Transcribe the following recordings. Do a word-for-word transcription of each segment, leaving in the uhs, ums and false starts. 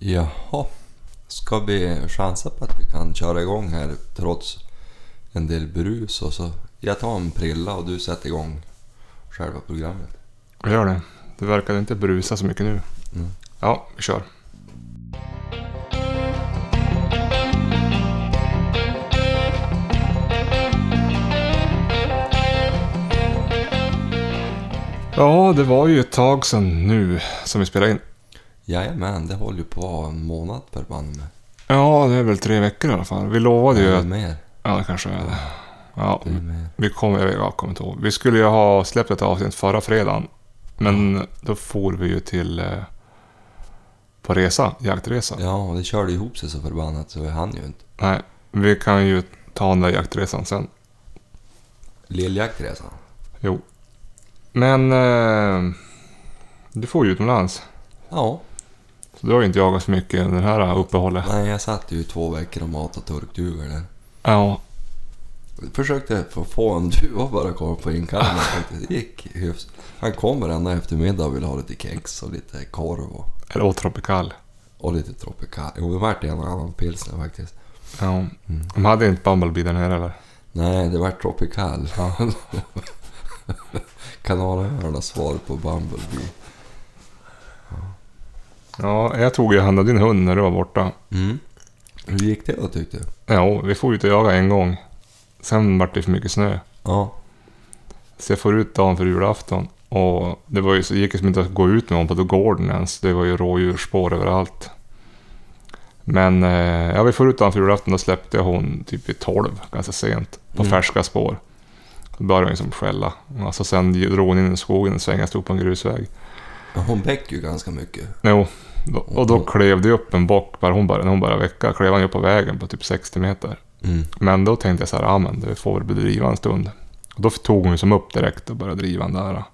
Jaha, ska vi chansa på att vi kan köra igång här trots en del brus och så jag tar en prilla och du sätter igång själva programmet. Vi gör det. Det verkar inte brusa så mycket nu. Mm. Ja, vi kör. Ja, det var ju ett tag sedan nu som vi spelade in. Jajamän, det håller ju på en månad per band med. Ja, det är väl tre veckor i alla fall. Vi lovade ju Eller att... mer. Ja, det kanske är det. Ja, Det är mer. vi kommer, jag kommer inte ihåg. Vi skulle ju ha släppt ett avsnitt förra fredagen. Men då får vi ju till... Eh, på resa, jaktresa. Ja, och det körde ihop sig så förbannat så han ju inte. Nej, vi kan ju ta den där jaktresan sen. Lilljaktresan. Jo. Men... Eh, du får ju utomlands. Ja. Så du har ju inte jagat så mycket den här uppehållet. Nej, jag satt ju två veckor och matade turkduvor där. Ja. Försökte få, få en duva bara komma på inkallningen faktiskt. Det gick hyfs. Han kommer ända eftermiddag och vill ha lite kex och lite korv och, Eller och Tropical. och lite Tropical. Jo, det vart en och annan pilsner faktiskt. Ja. Mm. De hade inte Bumblebee där nere eller? Nej, det vart Tropical. Ja. Kanalöarnas svar på Bumblebee. Ja, jag tog ju hand om din hund när du var borta. Mm. Hur gick det då tyckte du? Ja, vi får ut och jaga en gång. Sen vart det för mycket snö. Ja. Så jag får ut dagen för julafton. Och det var ju så gick det som inte att gå ut med honom på gården ens. Det var ju rådjursspår överallt. Men eh, ja, vi får ut dagen för julafton. Då släppte jag hon typ i tolv, ganska sent. På Mm. färska spår. Då började hon liksom skälla. Alltså sen drog hon in i skogen och svängade stod på en grusväg. Ja, hon bäcker ju ganska mycket. Jo, då, och då klev det upp en bock. Bara hon bara, när hon bara väcka klev han upp på vägen på typ sextio meter. Mm. Men då tänkte jag så här, ja men det får väl bedriva en stund. Och då tog hon ju som upp direkt och började driva den där.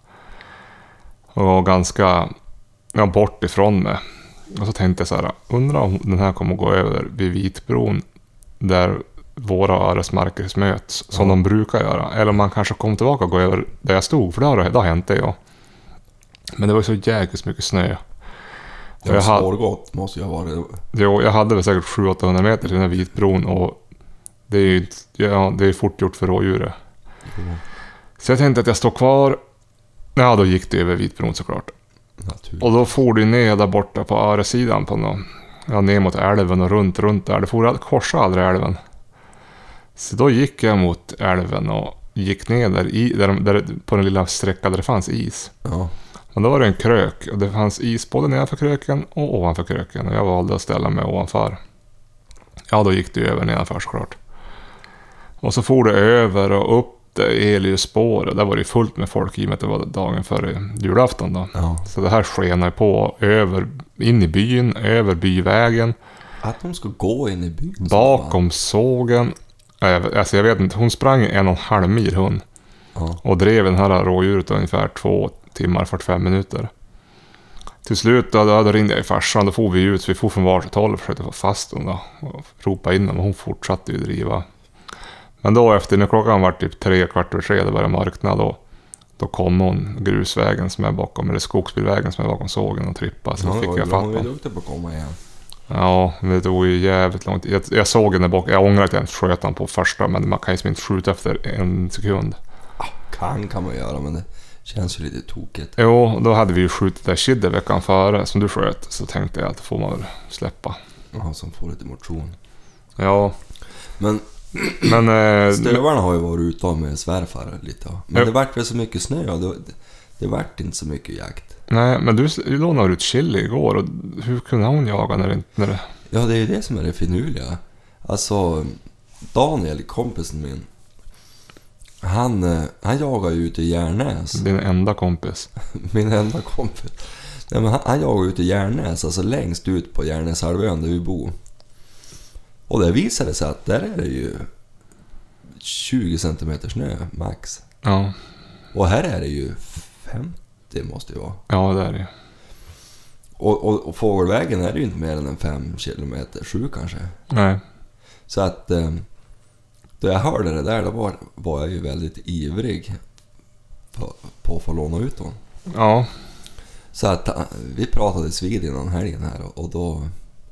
Och var ganska ja, bort ifrån mig. Och så tänkte jag så här, undrar om den här kommer att gå över vid Vitbron. Där våra öresmarker möts, som Ja. de brukar göra. Eller om man kanske kommer tillbaka och går över där jag stod. För det har, det har hänt det, ja. Men det var ju så jäkligt mycket snö. Det var jag hade- svårgått måste jag vara. Jo, jag hade väl säkert sju åtta hundra meter till den här Vitbron. Och det är ju ja, det är fort gjort för rådjuret. Mm. Så jag tänkte att jag står kvar. Ja, då gick det över Vitbron såklart. Naturligt. Och då får du ner där borta på Öresidan på någon, ja, ner mot älven och runt, runt där. Det får korsa aldrig älven. Så då gick jag mot älven och gick ner där, i, där, där på den lilla sträckan där det fanns is. Ja. Och då var det en krök och det fanns is både nedanför kröken och ovanför kröken. Och jag valde att ställa mig ovanför. Ja, då gick det över nedanför såklart. Och så for det över och upp det Eliusspåret. Där var det fullt med folk i och med att det var dagen före julafton då. Ja. Så det här skenar på över, in i byn, över byvägen, Att de ska gå in i byn. bakom sågen. Ja, jag, alltså jag vet inte, hon sprang en och en halv mil hon. Ja. Och drev den här rådjuret ungefär två timmar, fyrtiofem minuter. Till slut då, då ringde jag i farsan, då får vi ut, så vi får från varsitt håll och försökte få fast hon då. Och ropa in dem och hon fortsatte ju driva. Men då efter, när klockan var typ tre, kvart över tre, det började mörkna då. Då kom hon grusvägen som är bakom, eller skogsbilvägen som är bakom sågen och trippa. Så Ja, fick det var jag ju fatta lång honom. vid duktig på att komma igen. Ja, men det tog ju jävligt långt. Jag, jag såg den där bak. Jag ångrar att jag inte sköt han på första, men man kan ju inte skjuta efter en sekund. Kan kan man göra, men det känns ju lite tokigt. Jo, då hade vi ju skjutit där Kidde veckan före som du sköt. Så tänkte jag att det får man väl släppa. Ja, som får lite motion. Ja, Men men... Eh, stövarna har ju varit ute med svärfar lite. Men Ja. det vart väl så mycket snö och det, det vart inte så mycket jakt. nej, men du, du lånade ut Chili igår. Och hur kunde hon jaga när det inte... När det... Ja, det är ju det som är det finurliga. Alltså, Daniel, kompisen min, han, eh, han jagar ju ute i Järnäs. Din enda kompis. Min enda kompis. Nej, men han, han jagar ute i Järnäs, alltså längst ut på Järnäshalvön där vi bor. Och det visade sig att där är det ju tjugo centimeter snö max. Ja, Och här är det ju femtio måste det vara. ja det är det. Och, och, och fågelvägen är det ju inte mer än en fem kilometer, sju kanske. Nej. Så att eh, då jag hörde det där, då var, var jag ju väldigt ivrig på, på att få låna ut dem. Ja, Så att eh, vi pratades vid innan helgen här och, och då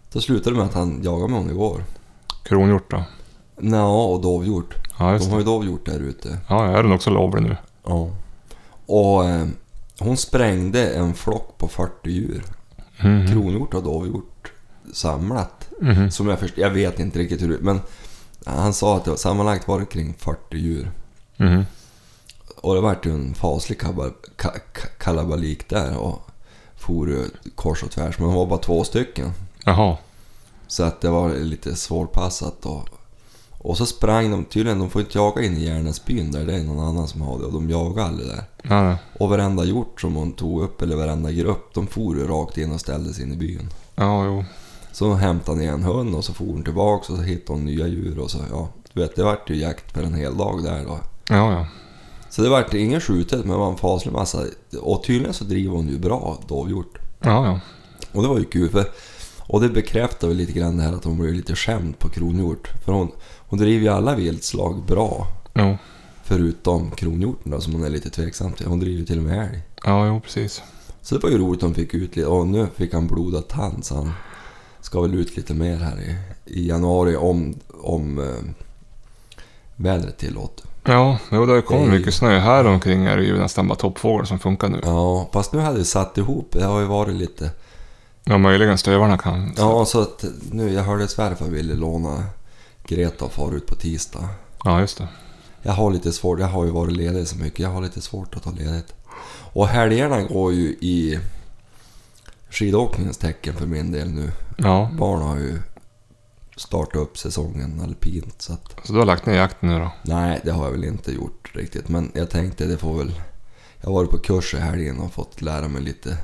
Då slutade det med att han jagade med hon igår. Kronhjort då? Nå, och dovhjort. Ja, just De har det. ju dovhjort där ute. Ja, är den också lovlig nu? Ja. Och eh, hon sprängde en flock på fyrtio djur. Mm. Kronhjort och dovhjort samlat. Mm. Som jag först, jag vet inte riktigt hur det, men han sa att det var, sammanlagt var det kring fyrtio djur. Mm. Och det var ju en faslig kabal, ka, ka, kalabalik där och for kors och tvärs, men det var bara två stycken. Jaha. Så att det var lite svårpassat och, och så sprang de, tydligen de får inte jaga in i Järnäsbyn där, det är någon annan som har det och de jagar aldrig där. Ja, ja. Och varenda hjort som hon tog upp eller varenda grupp, de for ju rakt in och ställde sig in i byn. Ja, jo. Så hämtade han en hund och så for hon tillbaka och så hittade hon nya djur och så, ja, du vet, det vart ju jakt för en hel dag där då. Ja, ja. Så det vart ingen skjutet, men det var en faslig massa. Och tydligen så driver hon ju bra dovhjort. Ja, ja. Och det var ju kul, för, och det bekräftar väl lite grann det här att hon blev lite skämd på kronhjort. För hon, hon driver ju alla viltslag bra. Jo. Förutom kronhjorten då, som hon är lite tveksam till. Hon driver ju till och med älg. Ja, jo, precis. Så det var ju roligt att hon fick ut lite. Och nu fick han blodad tand, så han ska väl ut lite mer här i, i januari om, om eh, vädret tillåter. Ja, jo, det kommer Det är- mycket snö. Här omkring är det ju nästan bara toppfågel som funkar nu. Ja, fast nu hade vi satt ihop. Det har ju varit lite... Ja, möjligen stövarna kan. Ja, så att nu, jag hörde svärfar ville låna Greta och fara ut på tisdag. Ja, just det. Jag har lite svårt, jag har ju varit ledig så mycket. Jag har lite svårt att ta ledigt. Och helgerna går ju i skidåkningens tecken för min del nu. Ja, Barn har ju startat upp säsongen alpint, så att... så du har lagt ner jakten nu då? Nej, det har jag väl inte gjort riktigt. Men jag tänkte det får väl... Jag har varit på kurs i helgen och fått lära mig lite.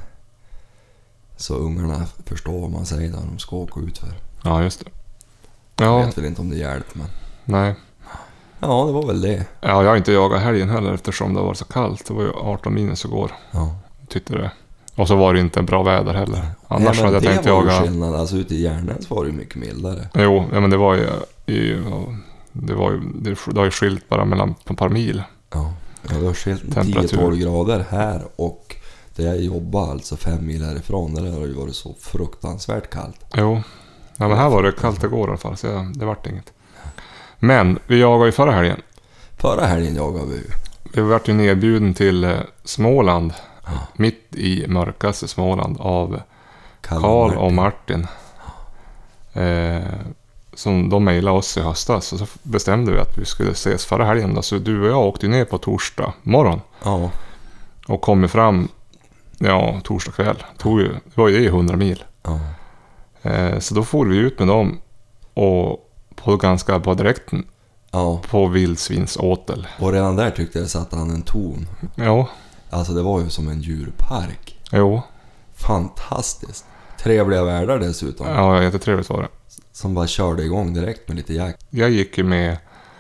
Så ungarna förstår vad man säger när de ska åka ut för. Ja, just det. Jag Ja, vet väl inte om det hjälper, men... nej. Ja, det var väl det. Ja, jag har inte jagat helgen heller eftersom det var så kallt. Det var ju arton minus igår. Ja. Tyckte det. Och så var det inte bra väder heller. Annars Nej, men hade jag det tänkt var ju jaga... skillnad. Alltså ute i Järnäs var det ju mycket mildare. Jo, ja, men det var ju... I, ja, det var ju... Det, det har ju skilt bara mellan ett par mil. Ja, ja det var skilt Temperatur. tio tolv grader här och där jag jobbar alltså fem mil härifrån. Där har det ju varit så fruktansvärt kallt. Jo. Ja, men här var det kallt igår i alla fall, så jag, det vart inget. Men vi jagade ju förra helgen. Förra helgen jagade vi ju. Vi vart ju nedbjuden till eh, Småland. Ja. Mitt i mörkaste Småland av Kalle Karl och Martin. Eh, som de mejlade oss i höstas. Och så bestämde vi att vi skulle ses förra helgen. Då. Så du och jag åkte ner på torsdag morgon. Ja, Och kom fram ja, torsdag kväll. Tog ju, det var ju hundra mil. ja. Eh, så då får vi ut med dem. Och på ganska på direkten. Ja, På vildsvinsåtel. och redan där tyckte jag satt han en ton. Jo, Alltså det var ju som en djurpark. jo. Fantastiskt. Trevliga värdar dessutom. Ja, jättetrevligt var det. Som bara körde igång direkt med lite jakt. Jag gick ju med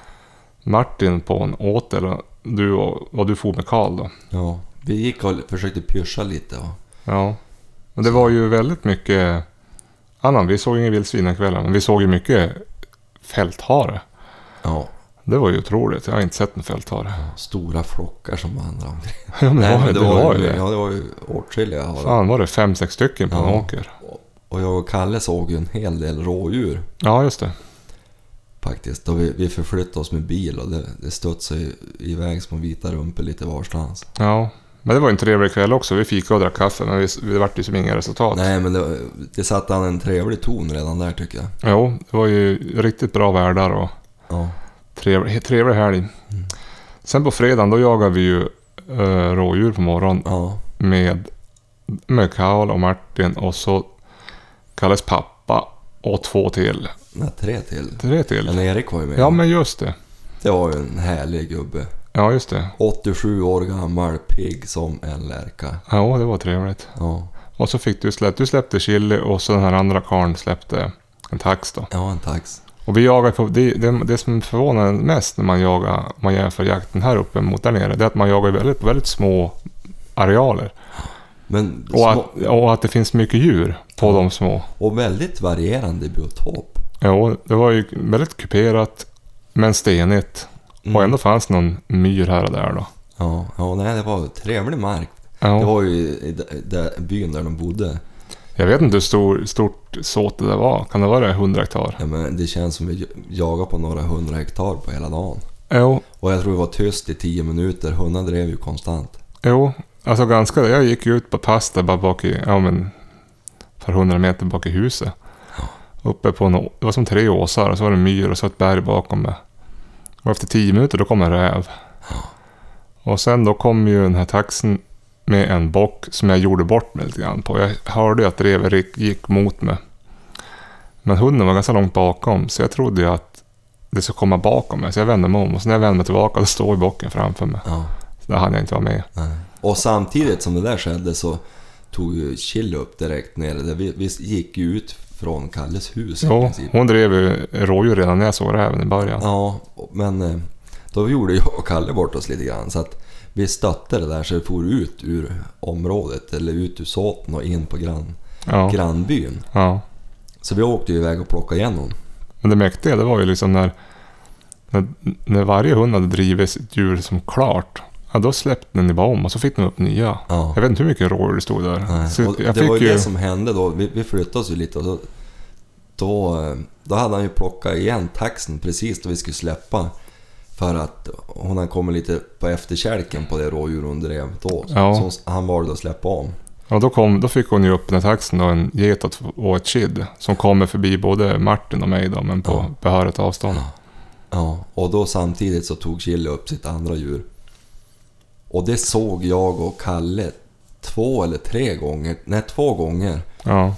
Martin på en åtel. Och du, och, och du får med Karl då. Ja, vi gick och försökte pyscha lite. Och... Ja. Men det var ju väldigt mycket annan. Vi såg ingen vildsvin den kvällen. Men vi såg ju mycket fälthare. Ja, Det var ju otroligt. Jag har inte sett en fälthare. stora flockar som vandrar omkring. Ja, men Nej, det, var, men det var ju ju, det. ja, det var ju åtskilliga hare. Fan, var det fem, sex stycken på en Ja. åker? Och jag och Kalle såg ju en hel del rådjur Ja, just det. faktiskt. Och vi, vi förflyttade oss med bil och det, det studsade iväg små vita rumpor lite varstans. Ja. Men det var en trevlig kväll också. Vi fick och drack kaffe. Men vi, det vart ju som inga resultat. Nej, men det, det satte han en trevlig ton redan där tycker jag. Jo, det var ju riktigt bra värdar och Ja, trevlig, trevlig helg. Mm. Sen på fredagen då jagade vi ju äh, rådjur på morgonen ja, med, med Karl och Martin och så Kalles pappa och två till. nej, tre till. Tre till. Men Erik var ju med. Ja, men just det. Det var ju en härlig gubbe. Ja, just det. åttiosju år gammal, pigg som en lärka. Ja, det var trevligt. Ja, Och så fick du släppt, du släppte chili och så den här andra karln släppte en tax då. ja en tax. Och vi jagar på, det, det, det som förvånar mest när man jagar, man jämför jakten här uppe mot där nere, det är att man jagar väldigt, väldigt små arealer. Men Och små, att, och att det finns mycket djur på Ja. de små. och väldigt varierande biotop. Ja, det var ju väldigt kuperat men stenigt. Mm. Och ändå fanns någon myr här och där då. Ja, ja nej, det var trevlig mark. Ja, Det var ju i d- d- byn där de bodde. Jag vet inte hur stor, stort såte det var. Kan det vara hundra hektar? Ja, men det känns som vi jagar på några hundra hektar på hela dagen. Jo. Och jag tror det var tyst i tio minuter. Hundarna drev ju konstant. Jo, alltså ganska. Jag gick ut på pass där bara bak i, ja men, för hundra meter bak i huset. Ja. Uppe på no, det var som tre åsar och så var det myr och så ett berg bakom mig. Och efter tio minuter då kom en räv. Ja. Och sen då kom ju den här taxen med en bock som jag gjorde bort mig lite grann på. Jag hörde att reven gick mot mig. Men hunden var ganska långt bakom så jag trodde ju att det skulle komma bakom mig. Så jag vände mig om och så när jag vände mig tillbaka då stod bocken framför mig. Ja. Så där hann jag inte vara med. Nej. Och samtidigt som det där skedde så tog ju Chille upp direkt ner. Vi, vi gick ju ut från Kalles hus. Jo, hon drev ju rådjur redan när jag såg räven i början. Ja, men då gjorde jag och Kalle bort oss lite grann så att vi stötte det där så vi for ut ur området eller ut ur såten och in på grann, ja. grannbyn. Ja. Så vi åkte ju iväg och plockade igen hon. Men det mäktiga det var ju liksom när, när, när varje hund hade drivit sitt djur som klart. Ja, då släppte den bara om och så fick den upp nya. Ja. Jag vet inte hur mycket rådjur det stod där. Så och jag det fick var ju ju det som hände då. Vi, vi flyttade oss ju lite och då, då, då hade han ju plockat igen taxen precis då vi skulle släppa. För att hon hade kommit lite på efterkälken på det rådjur hon drev då. Ja. Så han valde att släppa om. Ja, då, kom, då fick hon ju upp den här taxen och en get och ett kid som kommer förbi både Martin och mig då, men på Ja. behörigt avstånd. Ja. Ja, och då samtidigt så tog Chille upp sitt andra djur. Och det såg jag och Kalle två eller tre gånger, nej två gånger Ja.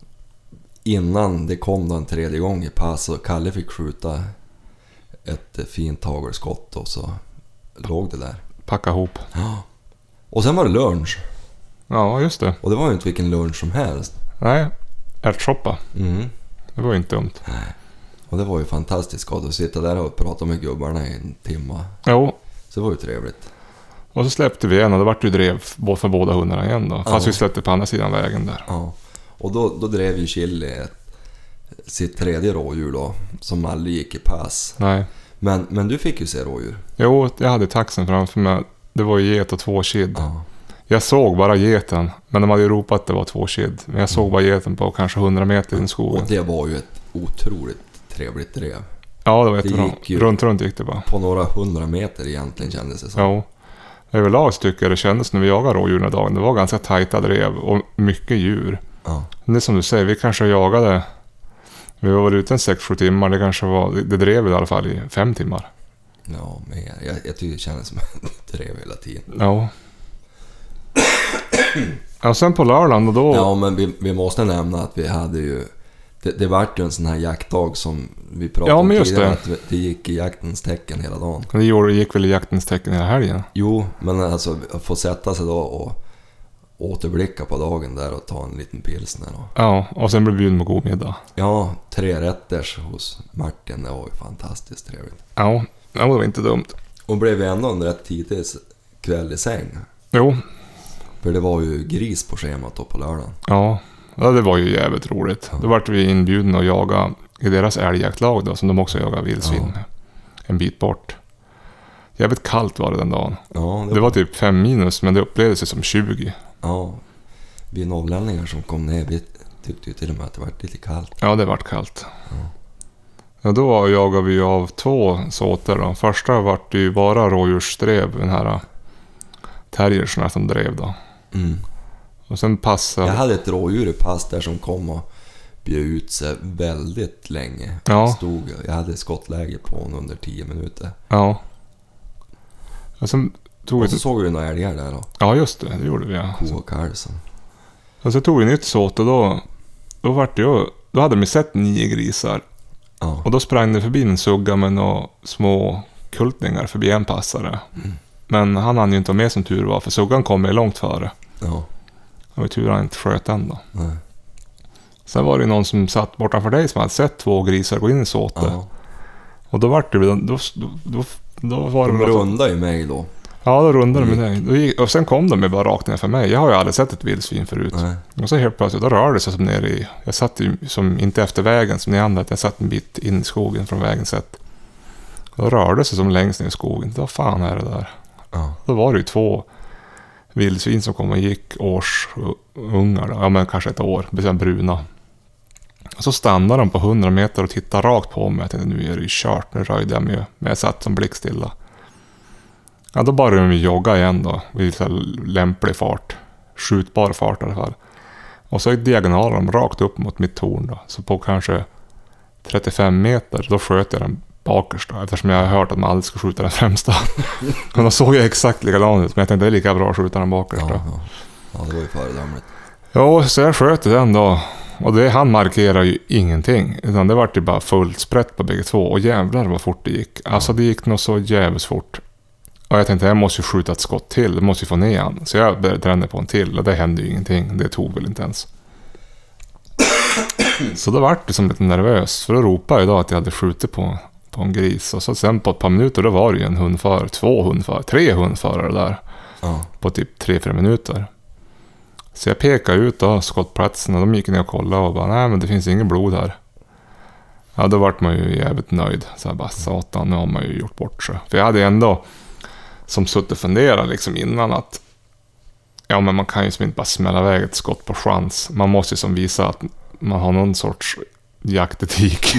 innan det kom då en tredje gång i pass och Kalle fick skjuta ett fint hagelskott och så låg det där. Packa ihop. Ja. Och sen var det lunch. Ja, just det. Och det var ju inte vilken lunch som helst. Nej, ärtsoppa. Mm. Det var ju inte dumt. Nej. Och det var ju fantastiskt gott att sitta där och prata med gubbarna i en timme. Jo. Så det var ju trevligt. Och så släppte vi en och då vart det drev för båda hundarna igen då. Fast Ja. vi släppte på andra sidan vägen där. Ja. Och då, då drev ju Chille ett, sitt tredje rådjur då, som aldrig gick i pass. Nej. Men, men du fick ju se rådjur. Jo, jag hade taxen framför mig. Det var ju get och två kid. Ja. Jag såg bara geten, men de hade ju ropat att det var två kid. Men jag såg bara geten på kanske hundra meter i skogen. Och det var ju ett otroligt trevligt drev. Ja, det var det jättebra. gick ju- Runt, runt gick det bara. På några hundra meter egentligen kändes det som. Ja. Överlag tycker jag det kändes när vi jagade rådjur den här dagen. Det var ganska tajta drev och mycket djur. Ja. Men det är som du säger, vi kanske jagade... Vi var väl ute en sex sju timmar. Det kanske var... Det drev i alla fall i fem timmar. Ja, men jag, jag, jag tycker det kändes som ett drev hela tiden. Ja. Och sen på lördagen och då... Ja, men vi, vi måste nämna att vi hade ju... Det, det var ju en sån här jaktdag som vi pratade Ja, om men just tidigare. det. Att det gick i jaktens tecken hela dagen. Det gjorde- gick väl i jaktens tecken hela helgen. Jo, men alltså att få sätta sig då och återblicka på dagen där och ta en liten pilsner. Och, Ja, och sen blev vi bjuden på god middag. ja, tre rätters hos Martin, det var ju fantastiskt trevligt. Ja, det var inte dumt. Och blev vi ändå en rätt tidig kväll i säng. Jo, För det var ju gris på schemat då på lördagen. ja. Ja, det var ju jävligt roligt. Då vart vi inbjudna att jaga i deras älgjaktlag då, som de också jagar vildsvin med. En bit bort. Jävligt kallt var det den dagen. Ja, det, Det var typ fem minus, men det upplevdes som tjugo. ja, vi norrlänningar som kom ner, vi tyckte ju till och med att det var lite kallt. Ja, det vart kallt. Ja, då jagade vi av två såter då. Första vart det ju bara rådjursdrev, den här terrierserna som drev då. Mm. Och sen passade... Jag hade ett rådjur i pass där som kom och bjöd ut sig väldigt länge. Ja. Stod, jag hade skottläge på honom under tio minuter. Ja. Och sen tog vi... Och så såg vi några älgar där då. Ja, just det. Det gjorde vi, ja. Ko och kalv som... Och så tog vi nytt såt och då... Då vart det ju... Då hade de sett nio grisar. Ja. Och då sprang det förbi en sugga med några små kultningar förbi en passare. Mm. Men han hann ju inte vara med som tur var, för suggan kom ju långt före. Ja. Och i tur han inte sköt den då. Nej. Sen var det någon som satt bortanför dig som hade sett två grisar gå in i såtet. Ja. Och då vart det... Då, då, då, då var De det... rundade ju mig då. Ja, då rundade de med dig. Då gick, och sen kom de ju bara rakt ner för mig. Jag har ju aldrig sett ett vildsvin förut. Nej. Och så helt plötsligt, då rörde det sig som ner i... Jag satt ju som inte efter vägen som ni andra. Jag satt en bit in i skogen från vägen sett. Då rörde det sig som längst ner i skogen. Vad fan är det där? Ja. Då var det ju två vildsvin som kom och gick, årsungar då. Ja men kanske ett år, bestämt bruna. Och så stannade de på hundra meter och tittade rakt på mig. Jag tänkte, nu är det ju kört, nu röjde jag mig. Men jag satt som blickstilla. Ja, då började de jogga igen då. I så lämplig fart. Skjutbar fart i alla fall. Och så diagonaler de rakt upp mot mitt torn då. Så på kanske trettiofem meter, då sköt jag den bakerst då. Eftersom jag har hört att man aldrig ska skjuta den främsta. Men då såg jag exakt likadant ut. Men jag tänkte, det är lika bra att skjuta den bakerst då. Ja, ja. Ja, det var ju föredömligt. Ja, så jag sköt den då. Och det, han markerar ju ingenting. Utan det var ju bara fullt sprätt på bägge två. Och jävlar vad fort det gick. Alltså det gick nog så jävligt fort. Och jag tänkte, jag måste ju skjuta ett skott till. Jag måste ju få ner han. Så jag började dränna på en till. Och det hände ju ingenting. Det tog väl inte ens. Så då var det som lite nervös. För då ropade jag då att jag hade skjutit på, på en gris. Och så sen på ett par minuter då var det ju en hundförare. Två hundförare. Tre hundförare där. Ja. På typ tre, fyra minuter. Så jag pekade ut då skottplatsen och de gick ner och kollade och bara, nej men det finns ingen blod här. Ja, då vart man ju jävligt nöjd. Så jag bara, satan, nu har man ju gjort bort sig. För jag hade ändå som suttit och funderat liksom innan att ja men man kan ju som inte bara smälla iväg ett skott på chans. Man måste ju som visa att man har någon sorts jaktetik.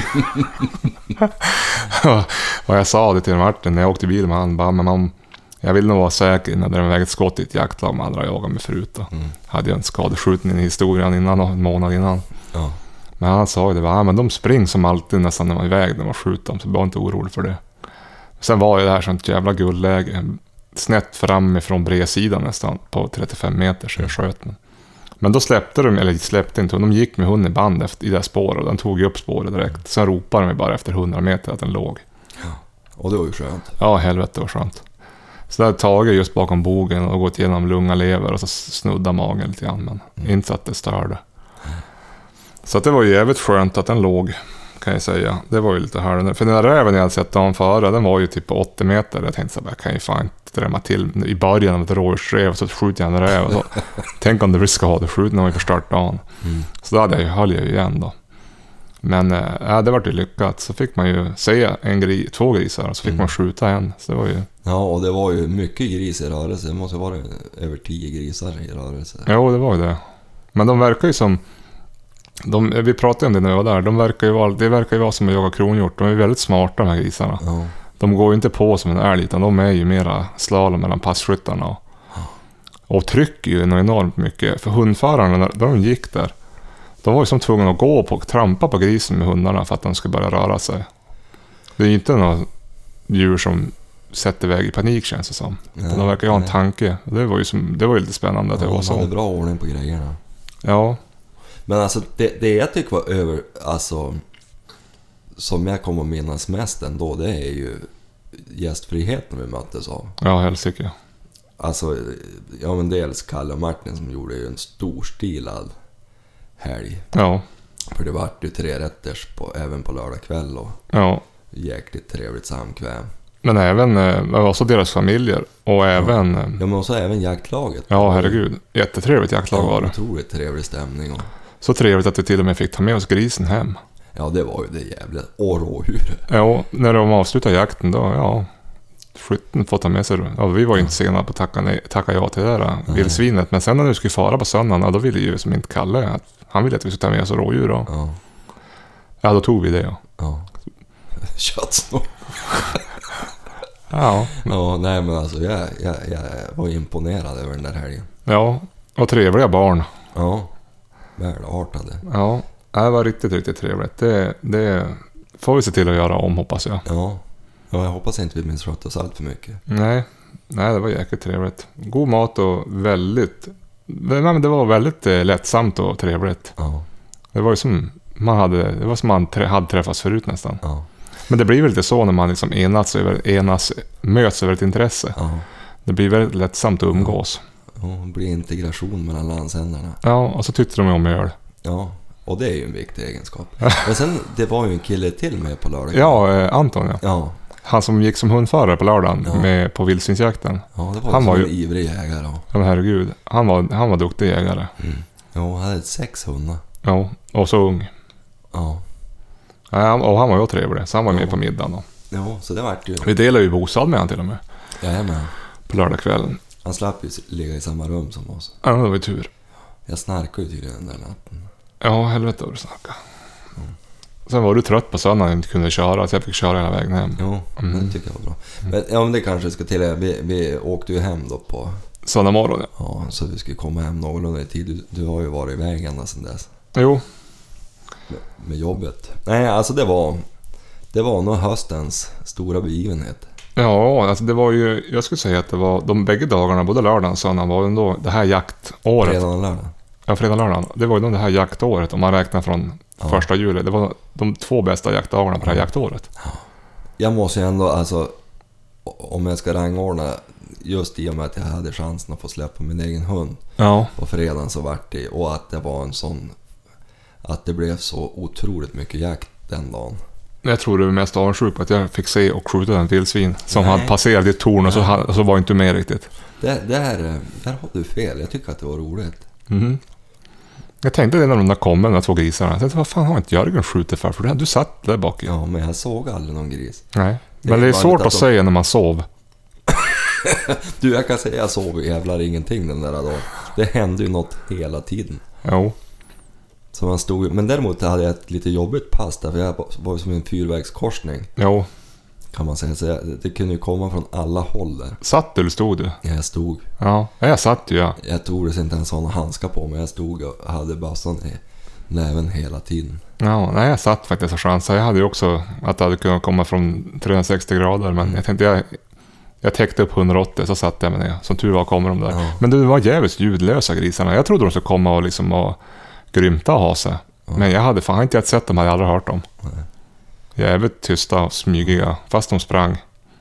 Och jag sa det till Martin när jag åkte bil med han, bara, men man jag vill nog vara säker när det var ett skott i ett jaktlag med andra jagar med förut då. Mm. Hade jag en skadeskjutning i historien innan, en månad innan. Ja. Men han sa ju det, var, ja, men de springer som alltid nästan när man är iväg när man skjuter dem, så var inte orolig för det. Sen var ju det här sånt jävla guldläge, snett fram ifrån bredsidan nästan på trettiofem meter så jag sköt den. Men då släppte de, eller släppte inte, de gick med hunden i band efter, i det spåret och den tog ju upp spåret direkt. Sen ropade de bara efter hundra meter att den låg. Ja. Och det var ju skönt. Ja, helvete, det var skönt. Så där tagit just bakom bogen och gått igenom lunga, lever och så snudda magen lite grann. Men mm. inte så att det störde. Mm. Så att det var ju jävligt skönt att den låg, kan jag säga. Det var ju lite härligt. För den där räven jag hade sett dagen före, den var ju typ på åttio meter. Jag tänkte så här, jag kan ju fan inte drämma till i början av ett rådjursrev så skjuter jag en räv. Och så, tänk om det blir skadeskjuten när man förstört dagen. Mm. Så då hade jag ju, höll jag ju igen då. Men äh, det var ju lyckat. Så fick man ju se en gri, två grisar och så fick mm. man skjuta en. Så det var ju... Ja, och det var ju mycket gris i rörelse. Det måste vara över tio grisar i rörelse. Jo, det var ju det. Men de verkar ju som... De, vi pratade om det när jag var där. De verkar ju vara, det verkar ju vara som att jaga kronhjort. De är väldigt smarta, de här grisarna. Ja. De går ju inte på som en älg, utan de är ju mera slalom mellan passkyttarna. Och, ja. och trycker ju enormt mycket. För hundförarna, när de gick där, de var ju som tvungna att gå på och trampa på grisen med hundarna för att de skulle börja röra sig. Det är ju inte några djur som sätter iväg i panik, känns det som. Ja, de verkar ju ha en tanke. Det var ju, som, det var ju lite spännande att ja, det var så. De hade bra ordning på grejerna. Ja. Men alltså det, det jag tycker var över, alltså som jag kommer att minnas mest ändå, det är ju gästfriheten vi möttes av. Ja, helsike. Alltså, ja men dels Kalle och Martin som gjorde ju en storstilad helg. Ja. För det var ju tre rätters på, även på lördag kväll och ja. jäkligt trevligt samkväm. Men även, också deras familjer och även... Ja, ja men också även jaktlaget. Ja, herregud. Jättetrevligt jaktlag var det. Otroligt trevlig stämning. Och... Så trevligt att vi till och med fick ta med oss grisen hem. Ja, det var ju det jävla och rådjur. Ja, när de avslutade jakten då, ja... Skytten får ta med sig. Ja, vi var ju inte sena på att tacka, nej, tacka ja till det där vildsvinet. Men sen när vi skulle fara på söndagen, ja, då ville ju som inte Kalle att han ville att vi skulle ta med oss rådjur då. Ja. Ja, då tog vi det, ja. Ja. Köttsnor. Ja. Ja, nej men alltså jag, jag, jag var imponerad över den där helgen. Ja, och trevliga barn. Ja, välartade. Ja, det var riktigt, riktigt trevligt. Det, det får vi se till att göra om, hoppas jag. Ja, ja jag hoppas inte vi misskötte oss allt för mycket. Nej, nej, det var jäkligt trevligt. God mat och väldigt... Men det var väldigt lättsamt och trevligt. Ja. Det var ju som man hade, det var som man trä, hade träffats förut nästan. Ja. Men det blir väl lite så när man liksom enas över, enas, möts över ett intresse. Ja. Det blir väldigt lättsamt att umgås. Ja, det blir integration mellan landsändarna. Ja, och så tyckte de om öl. Ja, och det är ju en viktig egenskap. Men sen, det var ju en kille till med på lördag. Ja, eh, Anton ja. Ja. Han som gick som hundförare på lördagen ja. med, på vildsvinsjakten. Ja, det var han var ju en ivrig jägare. Och... Ja, men herregud. Han var, han var duktig jägare. Mm. Ja, han hade sex hundar. Ja, och så ung. Ja. Ja, och han var ju trevlig, så han var med ja. på middagen då. Ja, så det var ju... Vi delade ju bostad med han till och med. Jajamän. På lördagskvällen. Han slapp ju ligga i samma rum som oss. Ja, det var ju tur. Jag snarkade ju tydligen den där natten. Ja, helvete vad du snackade. Mm. Sen var du trött på söndagen och inte kunde köra, så jag fick köra hela vägen hem. Jo, mm. det tycker jag var bra. Men ja, men det kanske ska till. Vi, vi åkte ju hem då på... Söndag morgon, ja. Ja, så vi skulle komma hem någorlunda i tid. Du, du har ju varit iväg ända sedan dess. Jo. Med, med jobbet. Nej, alltså det var... Det var nog höstens stora begivenhet. Ja, alltså det var ju... Jag skulle säga att det var de bägge dagarna, både lördagen och söndagen, var ändå det här jaktåret. Fredag och lördag. Ja, fredag och lördagen. Det var ju nog det här jaktåret, om man räknar från Ja. första juli. Det var de två bästa jaktdagarna på det här jaktåret. Jag måste ju ändå, alltså... Om jag ska rangordna, just i och med att jag hade chansen att få släppa min egen hund Ja. på fredagen, så vart det, och att det var en sån, att det blev så otroligt mycket jakt den dagen. Jag tror du är mest avundsjuk på att jag fick se och skjuta en vildsvin som Nej. hade passerat i ett torn och så, ha- så var inte du med riktigt. Där, där, där har du fel, jag tycker att det var roligt. Mhm. Jag tänkte det när de där kom med de där två grisarna. Jag tänkte, vad fan har inte Jörgen skjutit för? För du satt där bak. Ja, men jag såg aldrig någon gris. Nej. Det Men är det är bara svårt lite att att de- säga när man sov. Du, jag kan säga jag sov jävlar ingenting den där dagen. Det hände ju något hela tiden. Jo. Så man stod, men däremot hade jag ett lite jobbigt pass där, för jag var som en fyrvägskorsning, Jo. kan man säga. Så jag, det kunde ju komma från alla håll där. Satt du eller stod du? Jag stod, Ja. Ja, jag satt ju, ja. jag tog det inte en sån handskar på mig. Jag stod och hade bassan i näven hela tiden. Ja, nej, jag satt faktiskt och chansade. Jag hade ju också att det hade kunnat komma från trehundrasextio grader. Men jag tänkte, jag, jag täckte upp hundraåttio, så satt jag med det. Som tur var kommer de där. Ja. Men det var jävligt ljudlösa grisarna. Jag trodde de skulle komma och liksom och grymta och ha sig. Ja. Men jag hade fan inte jag sett dem, hade jag aldrig hört dem. Nej. Jävligt tysta och smygiga, fast de sprang.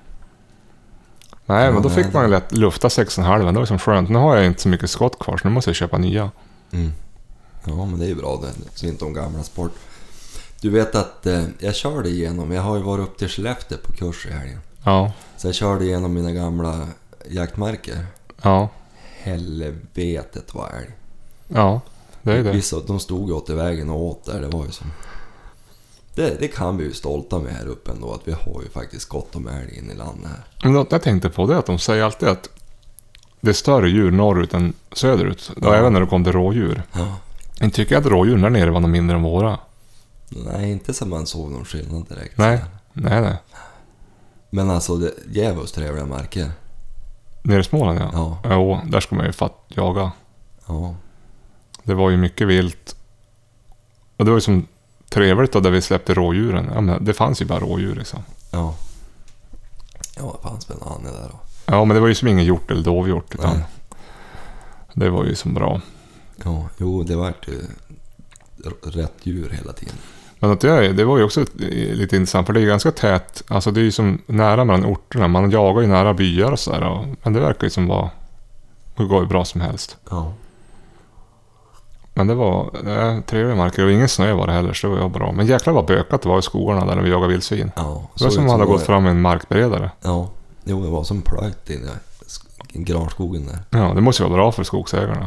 Nej, Ja, men då nej, fick det- man ju lätt lufta sex och en halv. Det var liksom skönt. Nu har jag inte så mycket skott kvar, så nu måste jag köpa nya. Mm. Ja, men det är ju bra det. Så inte om gamla sport. Du vet att eh, jag körde igenom, jag har ju varit upp till Skellefteå på kurs i helgen. Ja, Så jag körde igenom mina gamla jaktmarker. ja, Helvetet var älg. ja. Det är det. Vissa, de stod ju åt i vägen och åt där, det var ju som... Det, det kan vi ju stolta med här uppe ändå, att vi har ju faktiskt gott om älg in i landet här. Men något jag tänkte på det är att de säger alltid att det är större djur norrut än söderut. Och Ja. även när det kom till rådjur. Ja. Jag tycker att rådjuren där nere var något mindre än våra. Nej, inte som man såg någon skillnad direkt. Nej, nej, nej. Men alltså, det jävligt trevliga marker. Nere i Småland, ja. Ja. Jo, där ska man ju fatt jaga. Ja. Det var ju mycket vilt. Och det var ju som trevligt då där vi släppte rådjuren. Ja, men det fanns ju bara rådjur liksom. Ja. Ja, det fanns väl en annan där då. Ja, men det var ju som ingen hjort eller dovhjort. Utan Nej. det var ju som bra. Ja, jo, det var ju r- rätt djur hela tiden. Men att det, det var ju också lite intressant, för det är ju ganska tätt. Alltså det är ju som nära mellan orterna. Man jagar ju nära byar och sådär. Och, men det verkar ju som vara... Det går ju bra som helst. Ja. Men det var det trevliga marker och ingen snö var det heller, så det var ju bra. Men jäklar vad bökat det var i skogarna där vi jagade vildsvin. Ja. Det var som om man hade gått fram med en markberedare. Ja. Jo, det var som plöjt in i sk- granskogen där. Ja, det måste ju vara bra för skogsägarna.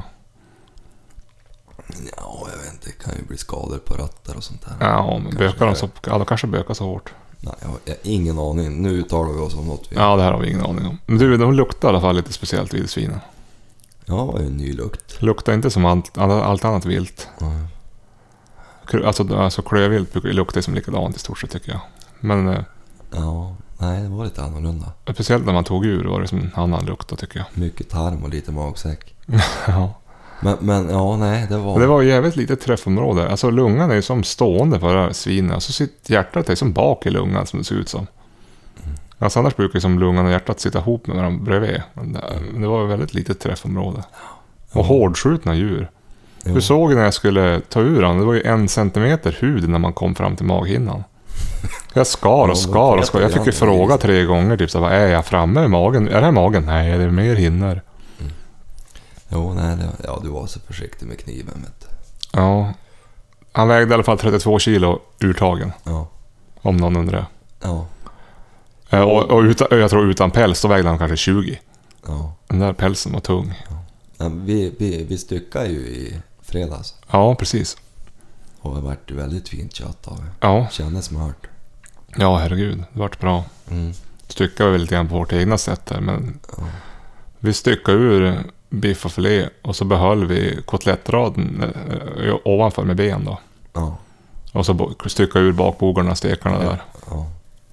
Ja, jag vet inte. Det kan ju bli skador på rötter och sånt där. Ja, men Kanske bökar de det. så... Ja, de kanske bökar så hårt. Nej, jag har jag har ingen aning. Nu uttalar vi oss om något vi... Ja, det här har vi ingen aning om. Men du, de luktar i alla fall lite speciellt, vildsvinen. Ja, det var ju en ny lukt. Luktar inte som allt, allt annat vilt. Ja. Kr- Alltså, alltså klövvilt brukar ju lukta som likadant i stort sett, tycker jag. Men eh, Ja, nej, det var lite annorlunda. speciellt när man tog ur var det som en annan lukt då, tycker jag. Mycket tarm och lite magsäck. Ja. Men, men ja, nej, det var... Och det var ju jävligt litet träffområde. Alltså lungan är ju som stående på det här svinet. Och så sitter hjärtat är som bak i lungan, som det ser ut som. Alltså annars brukar ju som lungan och hjärtat sitta ihop med varandra bredvid. Men det, men det var ju väldigt litet träffområde. Och hårdskjutna djur. Jo. Du såg ju när jag skulle ta ur den, det var ju en centimeter hud när man kom fram till maghinnan. Jag skar och skar och skar. Jag fick ju fråga tre gånger typ så vad är jag framme i magen? Är det här magen? Nej, det är mer hinnor. Jo, nej, det, ja, du var så försiktig med kniven, vet du. Ja. Han vägde i alla fall trettiotvå kilo urtagen. Ja, Om någon undrar. ja, Eh, Och, och utan, jag tror utan päls då vägde han kanske tjugo. ja. Den där pälsen var tung. Ja, vi, vi, vi styckade ju i fredags. Ja, precis. Och det vart ju väldigt fint kött av det. Ja, Kändes smart. ja herregud. Det vart bra. Mm. Styckade vi lite grann på vårt egna sätt där, men Ja. Vi styckade ur biff och filé och så behöll vi kotlettraden eh, ovanför med ben då. Ja. Och så bo- styckade ur bakbogarna och stekarna Ja. där. Ja.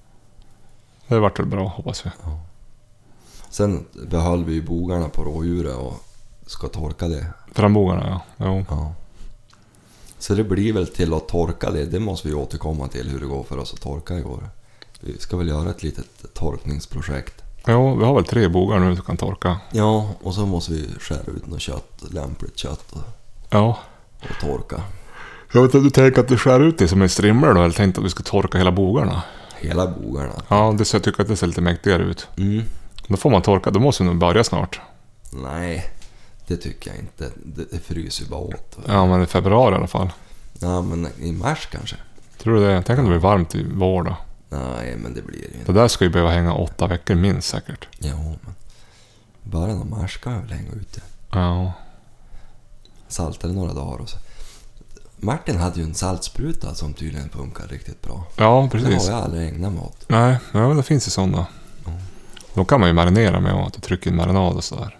Det vart väl bra, hoppas vi. Ja. Sen behöll vi ju bogarna på rådjuret och ska torka det. Frambogarna, ja. Jo. Ja. Så det blir väl till att torka det. Det måste vi återkomma till hur det går för oss att torka i år. Vi ska väl göra ett litet torkningsprojekt. Jo, vi har väl tre bogar nu som kan torka. Ja, och så måste vi skära ut något kött, lämpligt kött och, Ja. och torka. Jag vet att du tänker att du skär ut det som en strimmer då, eller tänkte att vi ska torka hela bogarna. Hela bogarna. Ja, det så jag tycker att det ser lite mäktigare ut. Mm. Då får man torka, då måste vi nog börja snart. Nej, det tycker jag inte. Det, det fryser ju bara åt. Ja, men i februari i alla fall. Ja, men i mars kanske. Tror du det? Tänk om det blir varmt i vår då. Nej, men det blir det ju Det inte. där ska ju behöva hänga åtta veckor minst säkert. Jo, men början av mars ska jag väl hänga ute. Ja. Saltade några dagar och så. Martin hade ju en saltspruta som tydligen funkar riktigt bra. Ja, Det precis. har jag aldrig ägnat mig åt. Nej, men det finns ju sådana. Mm. Då kan man ju marinera med att du trycker in marinad och sådär.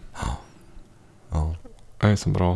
Ja. Det är så bra.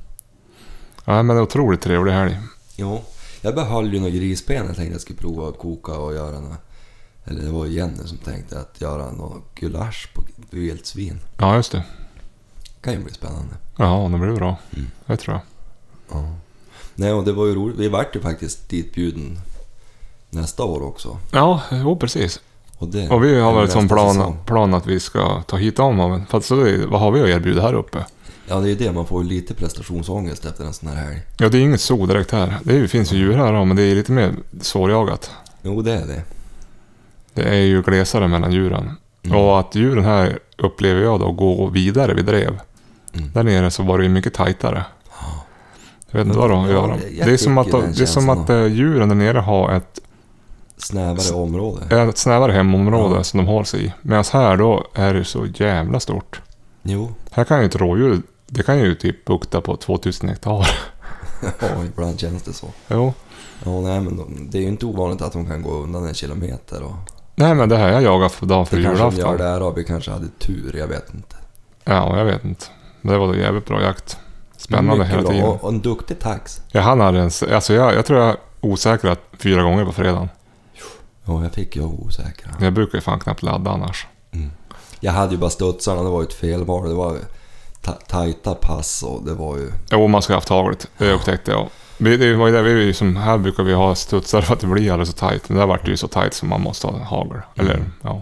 Ja, men det är otroligt trevlig helg. Jo, jag behöll ju några grisben. Jag tänkte jag skulle prova att koka och göra något. Eller det var Jenny som tänkte att göra något gulasch på vildsvin. Ja, just det. Kan ju bli spännande. Ja, det blir bra. Mm. Det tror jag. Ja. Nej, och det var ju roligt. Vi vart ju faktiskt ditbjuden nästa år också. Ja, jo precis. Och, det Och vi har är väl som nästa plan, säsong. plan att vi ska ta hit dem. För att så är, vad har vi att erbjuda här uppe? Ja, det är ju det. Man får ju lite prestationsångest efter en sån här helg. Ja, det är inget så direkt här. Det är, ju- finns ju djur här då, men det är lite mer svårjagat. Jo, det är det. Det är ju glesare mellan djuren. Mm. Och att djuren här upplever jag då går vidare vid drev. Mm. Där nere så var det ju mycket tajtare. Jag vet inte Men, vad de ja, gör. jag Det är som att, tycker den det är som känslan att eh, djuren där nere har ett, Snävare område. ett snävare hemområde Ja. som de håller sig i. Medan här då är det så jävla stort. Jo. Här kan ju ett rådjur, det kan ju typ bukta på tvåtusen hektar. Ja, ibland känns det så. Jo. Ja, nej, men de, det är ju inte ovanligt att de kan gå undan en kilometer. Och Nej, men det här jag jagar för dagen för det kanske de gör julafton. där och vi kanske hade tur, jag vet inte. Ja, jag vet inte. Men det var då jävligt bra jakt. Spännande Mycket hela bra. tiden. Och, och en duktig tax. Ja, han hade en, alltså jag, jag tror jag osäkrat fyra gånger på fredagen. Ja, jag fick ju osäkra. Jag brukar ju fan knappt ladda annars. Mm. Jag hade ju bara studsarna, det var ju ett felval. Det var ta- tajta pass och det var ju... Jo, man ska ha haft hagligt. Det upptäckte jag. Vi, det var ju där vi är ju som, här brukar vi ha studsar för att det blir alldeles så tajt. Men där vart det ju så tajt som man måste ha hagel. Eller, Mm. ja.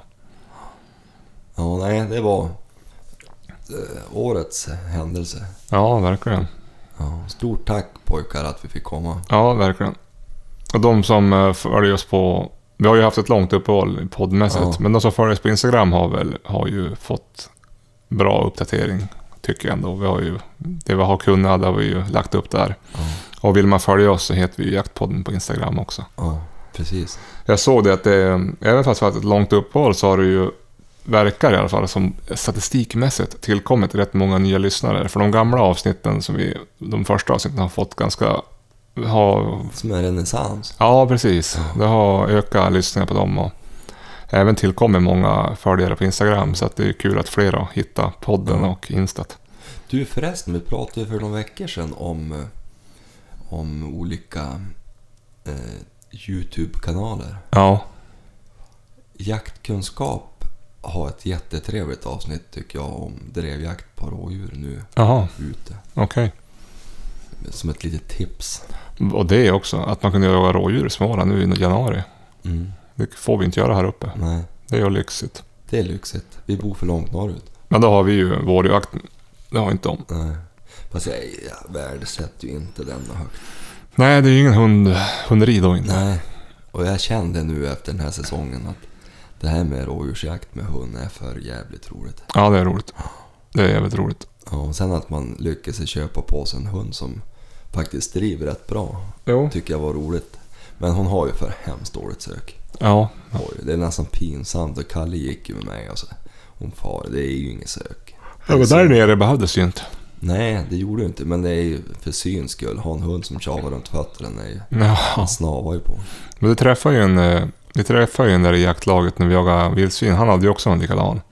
Ja, nej, det var eh, årets händelse. Ja, verkligen. Ja, stort tack pojkar att vi fick komma. Ja, verkligen. Och de som eh, följer oss på... Vi har ju haft ett långt uppehåll poddmässigt. Ja. Men de som följer oss på Instagram har väl har ju fått bra uppdatering. Tycker jag ändå. Vi har ju, det vi har kunnat har vi ju lagt upp där. Ja, Och vill man följa oss så heter vi ju Jaktpodden på Instagram också. ja precis. Jag såg det att det, även fast vi har haft ett långt uppehåll så har det ju, verkar i alla fall som statistikmässigt tillkommit rätt många nya lyssnare. För de gamla avsnitten som vi, de första avsnitten har fått ganska, har, Som en renässans. ja precis, det har ökat lyssningar på dem och även tillkommit många följare på Instagram så att det är kul att fler har hittat podden Ja. och instat. Du förresten, vi pratade ju för några veckor sedan om, eh, om olika eh, YouTube-kanaler. Ja, Jaktkunskap har ett jättetrevligt avsnitt tycker jag om drevjakt på rådjur nu jaha, ute. okej. Som ett litet tips. Och det är också att man kunde jaga rådjur i Småland nu i januari. Mm. Det får vi inte göra här uppe. Nej, Det är ju lyxigt. det är lyxigt. Vi bor för långt norrut. Men då har vi ju vårjakten. Det har inte om. Nej. Fast jag, jag värdesätter ju inte den högt. Nej, det är ju ingen hund, hunderi då inte. Nej, och jag kände nu efter den här säsongen att det här med rådjursjakt med hund är för jävligt roligt. Ja, det är roligt. Det är jävligt roligt. Ja, och sen att man lyckas sig köpa på sig en hund som faktiskt driver rätt bra Jo. tycker jag var roligt. Men hon har ju för hemskt dåligt sök. Ja. Oj, det är nästan pinsamt och Kalle gick ju med mig och så. Hon far, det är ju inget sök. Ja, men där nere behövdes ju inte. Nej, det gjorde du inte, men det är ju för syns skull. Ha en hund som tjavar runt fötterna är ju, Ja. han snavar ju på. Men du träffade ju en, eh, vi träffade ju en där i jaktlaget när vi jagade vildsvin. Han hade ju också en likadan.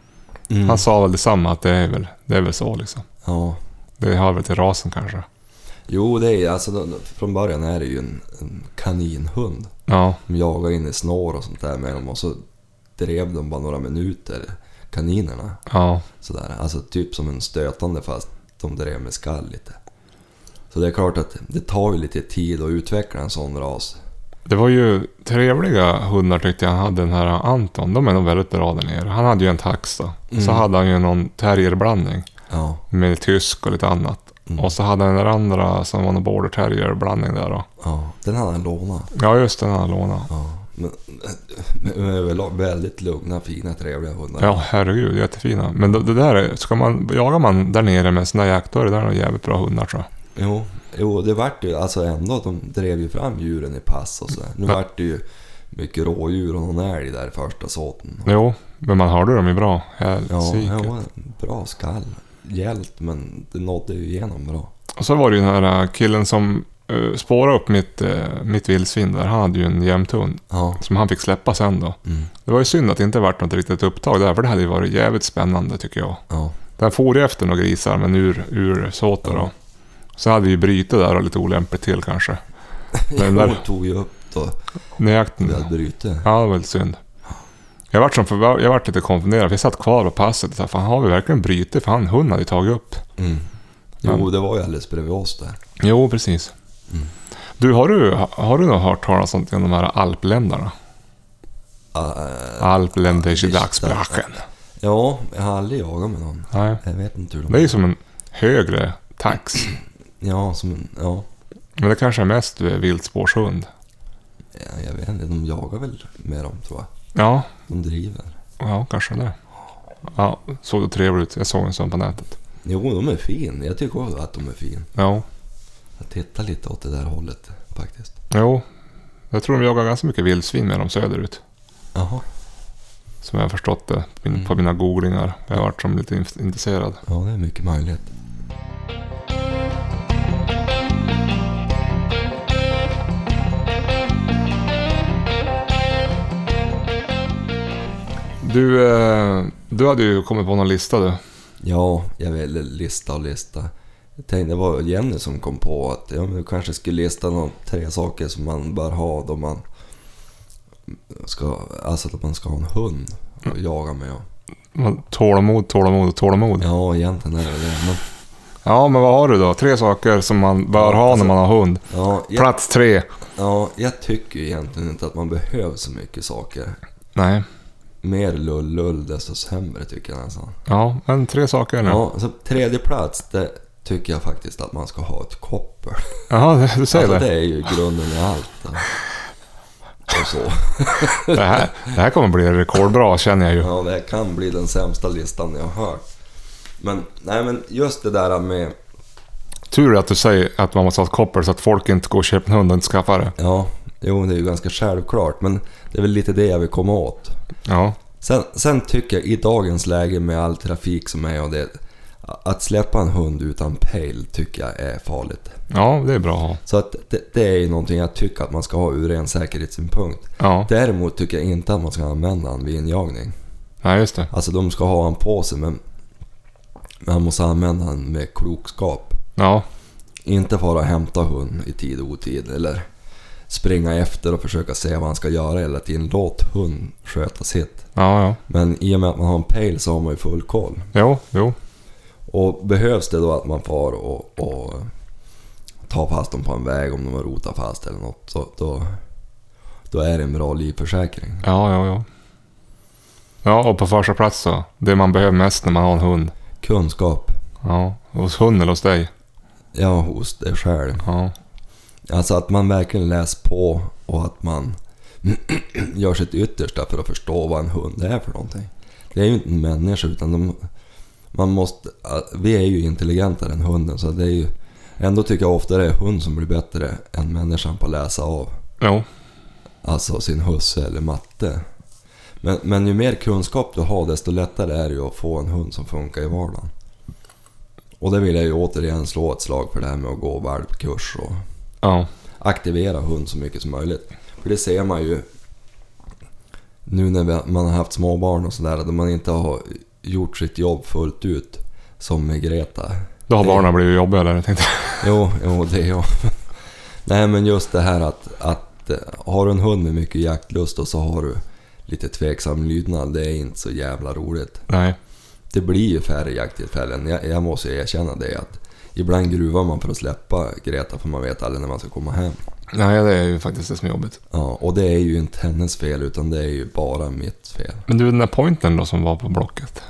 Mm. Han sa väl detsamma, att det är väl, det är väl så liksom. Ja. Det har väl till rasen kanske. Jo, det är alltså från början är det ju en, en kaninhund. Ja. De jagar in i snår och sånt där med dem och så drev de bara några minuter, kaninerna. Ja. Sådär, alltså typ som en stötande fast de drev med skall lite. Så det är klart att det tar ju lite tid att utveckla en sån ras. Det var ju trevliga hundar tyckte jag. Han hade den här Anton. De är nog väldigt bra där nere. Han hade ju en tax då. Mm. Så hade han ju någon terrierblandning. Ja. Med tysk och lite annat. Mm. Och så hade han den andra som var någon border terrierblandning där då. Ja, den hade han lånat. Ja just den han lånat. Ja, men, men överlag väldigt lugna, fina, trevliga hundar. Ja herregud, jättefina. Men det, det där är, ska man, jagar man där nere med såna jakt, då är det där några jävligt bra hundar tror jag. Jo, jo, det vart ju alltså ändå att de drev ju fram djuren i pass och så. Nu Ja. vart det ju mycket rådjur och någon älg där i första såten. Jo, men man hörde dem ju bra. Helt Ja, psyket. ja, bra skall. Hjält, men det nådde ju igenom bra. Och så var det ju den här killen som uh, spårade upp mitt, uh, mitt vildsvin där. Han hade ju en jämthund Ja. som han fick släppa sen då. Mm. Det var ju synd att det inte varit något riktigt upptag där, för det hade ju varit jävligt spännande tycker jag. Ja. Den for ju efter några grisar, men ur, ur såter då. Så hade vi ju bryte där och lite olämpligt till kanske. Den Jag där tog ju upp då. när jakten. Vi hade brutit. Ja, det var väldigt synd. Jag vart som för, jag vart lite konfunderad, för jag satt kvar på passet och sa, fan har vi verkligen bryte? För han, hunden hade ju tagit upp. Mm. Jo, Men- det var ju alldeles bredvid oss där. Jo, precis. Mm. Du, har du, har du nog hört talas om de här alpländarna? Uh, Alpländische Dagsbrachen. ja, jag har aldrig jagat med någon. Nej. Jag vet inte hur de Det är ju som en högre tax. Ja, som en, ja. Men det kanske är mest viltspårshund. ja, jag vet inte. De jagar väl med dem, tror jag. Ja, De driver. ja kanske det. Ja, såg det trevligt ut. Jag såg en sån på nätet. Jo, de är fin. Jag tycker också att de är fin. Ja, Jag tittar lite åt det där hållet, faktiskt. jo. Jag tror de jagar ganska mycket vildsvin med dem söderut. Jaha. Som jag har förstått det på Mm. på mina googlingar. Jag har varit som lite in- intresserad. Ja, det är mycket möjligt. Du, eh, du hade ju kommit på någon lista du. Ja, jag ville lista och lista. Jag tänkte, det var Jenny som kom på att ja, men du kanske skulle lista någon, tre saker som man bör ha då man ska, alltså att man ska ha en hund och jaga med. Tålamod, tålamod och tålamod. Ja, egentligen är det det. Men, Ja, men vad har du då? Tre saker som man bör Ja, ha alltså- när man har hund. ja, jag, Plats tre. ja, jag tycker egentligen inte att man behöver så mycket saker. Nej. Mer lull, lull desto sämre tycker jag nästan. Ja, men tre saker nu. Ja, så tredje plats, det tycker jag faktiskt att man ska ha ett koppel. Jaha, det- du säger Alltså det. det är ju grunden i allt. då. Och så. Det här, det här kommer bli rekordbra känner jag ju. Ja, det kan bli den sämsta listan jag har hört. Men, nej men just det där med... Tur att du säger att man måste ha ett koppel så att folk inte går och köper en hund och inte skaffar det. Ja, jo det är ju ganska självklart. Men det är väl lite det jag vill komma åt. Ja, Sen, sen tycker jag i dagens läge med all trafik som är och det... Att släppa en hund utan pejl tycker jag är farligt. ja det är bra att ha. Så att det, det är ju någonting jag tycker att man ska ha ur en säkerhetssynpunkt. Ja, Däremot tycker jag inte att man ska använda han vid injagning. nej just det. Alltså de ska ha han på sig, men man måste använda han med klokskap. Ja, Inte bara hämta hund i tid och otid eller springa efter och försöka se vad han ska göra hela tiden. Låt hund sköta sitt. ja, ja. Men i och med att man har en pejl så har man ju full koll. Jo, jo. Och behövs det då att man far och, och tar fast dem på en väg om de har rotat fast eller något, så då, då är det en bra livförsäkring. Ja, ja, ja. Ja, och på första plats så. Det man behöver mest när man har en hund. Kunskap. Ja, hos hund eller hos dig. Ja, hos dig själv. Ja, Alltså att man verkligen läser på och att man gör sitt yttersta för att förstå vad en hund är för någonting. Det är ju inte en människa utan de, man måste, vi är ju intelligentare än hunden, så det är ju, ändå tycker jag ofta det är hund som blir bättre än människan på att läsa av. jo. Alltså sin husse eller matte. Men, men ju mer kunskap du har desto lättare är det ju att få en hund som funkar i vardagen. Och det vill jag ju återigen slå ett slag för det här med att gå valpkurs och Ja, aktivera hund så mycket som möjligt. För det ser man ju nu när vi, man har haft småbarn och sådär, där man inte har gjort sitt jobb fullt ut som med Greta. Då har det... barnen blivit jobbiga eller tänkte jag. Jo, jo, det är jag. Nej, men just det här att, att har du en hund med mycket jaktlust och så har du lite tveksam lydnad, det är inte så jävla roligt. Nej. Det blir ju färre jakttillfällen. Jag, jag måste erkänna det att ibland gruvar man för att släppa Greta för man vet aldrig när man ska komma hem. Nej, det är ju faktiskt det som är jobbigt. Ja, och det är ju inte hennes fel utan det är ju bara mitt fel. Men du, den där pointen då som var på Blocket.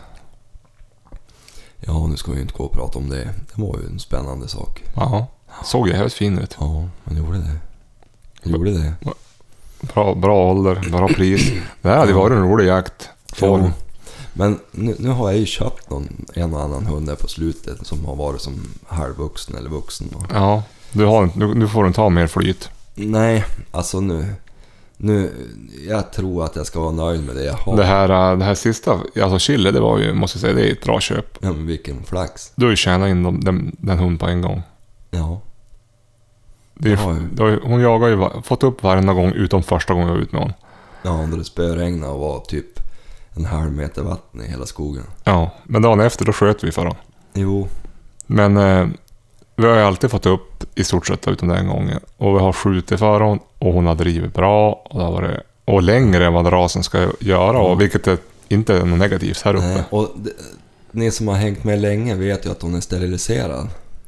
Ja, nu ska vi ju inte gå och prata om det. Det var ju en spännande sak. Ja, såg det helt fin ut. Ja, man gjorde det. Man gjorde det. Bra, bra ålder, bra pris. Det här hade varit en rolig jakt. Ja. Men nu, nu har jag ju köpt någon, en och annan hund där på slutet som har varit som halvvuxen eller vuxen. Ja, du, har, nu, nu får du ta mer flyt. Nej, alltså nu, nu... Jag tror att jag ska vara nöjd med det jag har. Det här, det här sista, alltså Chile, det var ju, måste jag säga, det är ett bra köp. Ja, men vilken flax. Du har ju tjänat in dem, den, den hund på en gång. Ja. Det är, Ja, det har, hon jagar ju fått upp varenda gång utom första gången jag var ut med hon. Ja, då det spöregnade och var typ en halv meter vatten i hela skogen. Ja, men dagen efter då sköt vi för dem. Jo. Men eh, vi har ju alltid fått upp i stort sett utom den gången. Och vi har skjutit för hon och hon har drivit bra. Och, det har varit, och längre än vad rasen ska göra. Ja. Och vilket är inte är något negativt här uppe. Nej, och det, ni som har hängt med länge vet ju att hon är steriliserad.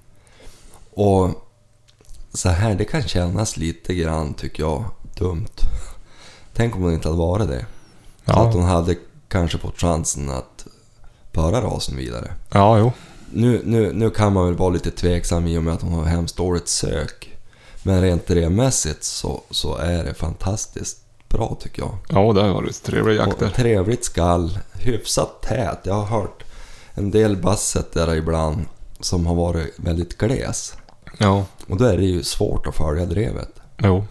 Och så här, det kan kännas lite grann, tycker jag, dumt. Tänk om hon inte hade varit det. Så Ja. att hon hade kanske fått chansen att föra rasen vidare. Ja, jo. Nu, nu, nu kan man väl vara lite tveksam i och med att hon har hemskt dåligt sök. Men rent remässigt så, så är det fantastiskt bra, tycker jag. Ja, det har varit trevliga jakter. Och trevligt skall, hyfsat tät. Jag har hört en del basset där ibland som har varit väldigt gles. Ja, Och då är det ju svårt att följa drevet. jo.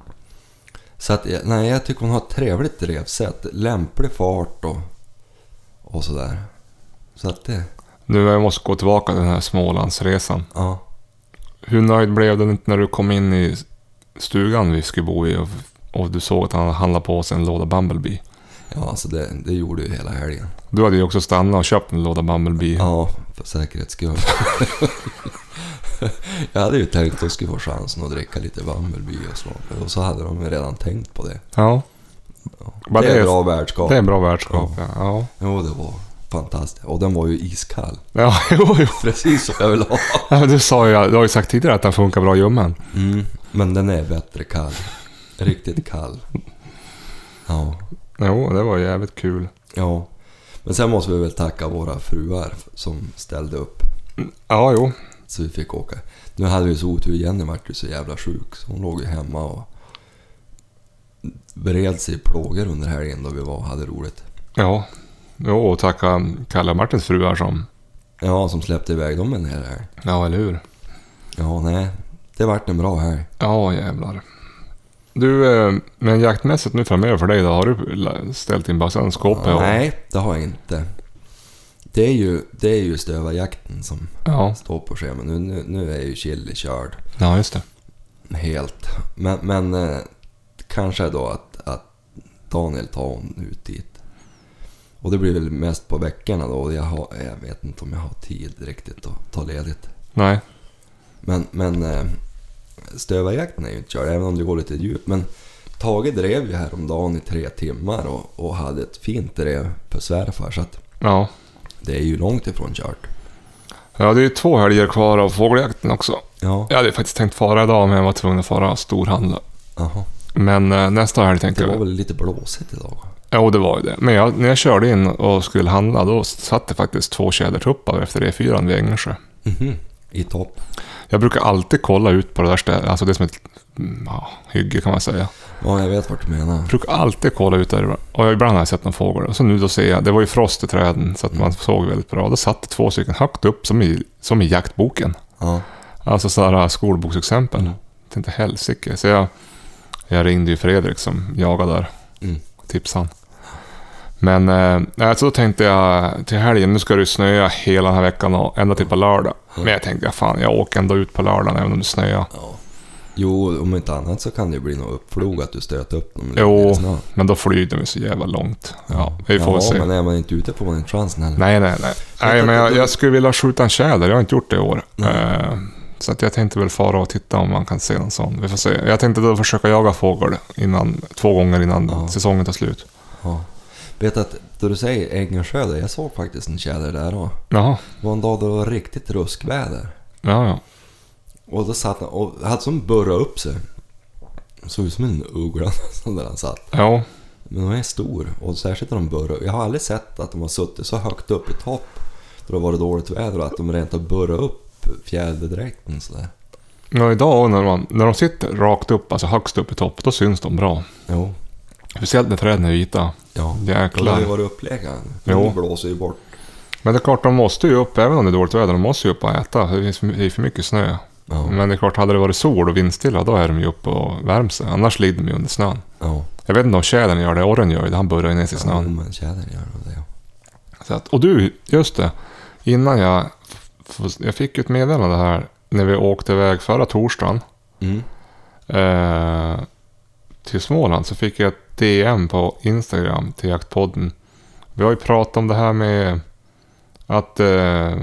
Så att, nej, jag tycker hon har ett trevligt drevsätt. Lämplig fart och, och sådär. Så att det... Nu jag måste gå tillbaka till den här Smålandsresan. Ja. Hur nöjd blev du inte när du kom in i stugan vi skulle bo i och, och du såg att han handlade på sig en låda Bumblebee? Ja, alltså det, det gjorde ju hela helgen. Du hade ju också stannat och köpt en låda Bumblebee. Ja, för säkerhets skull. Jag hade ju tänkt att jag skulle få chansen att dricka lite Bumblebee och så. Och så hade de redan tänkt på det. Ja. Ja. Men Det är det är- bra värdskap. Det är en bra värdskap, ja. Ja, Jo, det var fantastiskt. Och den var ju iskall. ja jo, jo. Precis som jag vill ha. Ja, du sa ju, du har ju sagt tidigare att den funkar bra i ljummen. Mm, men den är bättre kall. Riktigt kall. Ja. Jo, det var jävligt kul. Ja. Men sen måste vi väl tacka våra fruar som ställde upp. Ja, jo. Så vi fick åka. Nu hade vi så otur, Jenny vart ju så jävla sjuk. Så hon låg ju hemma och bered sig i plågor under helgen då vi var hade roligt. Ja. Jo, och tacka Kalle och Martins fruar som... Ja, som släppte iväg dem en hel helg. Ja, eller hur? Ja, nej. Det vart en bra helg. Ja, jävlar. Du, eh, men jaktmässigt nu framöver för dig då, har du ställt in bara skåpet? Och... Nej, det har jag inte. Det är ju, det är ju stövarjakten som Ja. står på schemat. Nu, nu, nu är ju Chili körd. Ja, just det. Helt. Men, men eh, kanske då att, att Daniel tar hon ut dit. Och det blir väl mest på veckorna då. Jag, har, jag vet inte om jag har tid riktigt att ta ledigt. Nej. Men, men eh, stövarjakten är ju inte körd, även om det går lite djupt. Men Tage drev ju häromdagen i tre timmar och, och hade ett fint drev på svärfar. Så att Ja. det är ju långt ifrån kört. Ja, det är ju två helger kvar av fågeljakten också. Ja, Jag hade faktiskt tänkt fara idag, men jag var tvungen att fara storhandla. aha. Men eh, nästa helg tänkte Det var jag... väl lite blåsigt idag. Ja, det var ju det. Men jag, när jag körde in och skulle handla, då satt det faktiskt två tjädertuppar efter E fyra vid Ängelsjö. Mhm. I topp. Jag brukar alltid kolla ut på det där stället. Alltså det är som ett ja, hygge kan man säga. Ja, jag vet vad du menar. Jag brukar alltid kolla ut där. Och ibland har jag sett någon fågel. Och så nu då ser jag, det var ju frost i träden så att man såg väldigt bra. Då satt det två stycken högt upp som i, som i jaktboken. Ja. Alltså sådana skolboksexempel. Mm. Det är inte helsike. Så jag, jag ringde ju Fredrik som jagade där. Mm. Tipsade han. Men eh, alltså då tänkte jag till helgen, nu ska det snöa hela den här veckan och ända till på lördag. Men jag tänkte, ja, fan, jag åker ändå ut på lördagen även om det snöar. Ja. Jo, om inte annat så kan det ju bli något uppflog att du stöter upp dem. Jo, men då flyger de ju så jävla långt. Ja, vi får ja, se. men är man inte ute får man inte chansen heller. Nej, nej, nej. Nej, men jag, jag skulle vilja skjuta en tjäder. Jag har inte gjort det i år. Uh, så att jag tänkte väl fara och titta om man kan se någon sån. Vi får se. Jag tänkte då försöka jaga fågel innan, två gånger innan ja. säsongen tar slut. Ja. Vet att då du säger Ängelsjö där, jag såg faktiskt en tjäder där då. Jaha. Det var en dag då det var riktigt ruskväder. Ja, ja. Och då satt han och hade som burrat upp sig. Såg ut som en uggla som där han satt. Ja. Men de är stor och särskilt när de burrar. Jag har aldrig sett att de har suttit så högt upp i topp då det var dåligt väder och att de rent har burrat upp fjäderdräkten sådär. Ja, idag när, man, när de sitter rakt upp, alltså högst upp i topp, då syns de bra. Jo. Speciellt när träden är vita. Ja, jäklar. och det har ju varit uppläggande. Jo. De blåser ju bort. Men det är klart, de måste ju upp, även om det är dåligt väder, de måste ju upp och äta. Det är för, det är för mycket snö. Ja. Men det är klart, hade det varit sol och vindstilla, då är de ju uppe och värmer sig. Annars ligger de ju under snön. Ja. Jag vet inte om tjädern gör det, orren gör det, han börjar ner i snön. Ja, men tjädern gör det, ja. Så att, och du, just det, innan jag... Jag fick ju ett meddelande här när vi åkte iväg förra torsdagen Mm. eh, till Småland, så fick jag ett D M på Instagram till Jaktpodden. Vi har ju pratat om det här med att eh,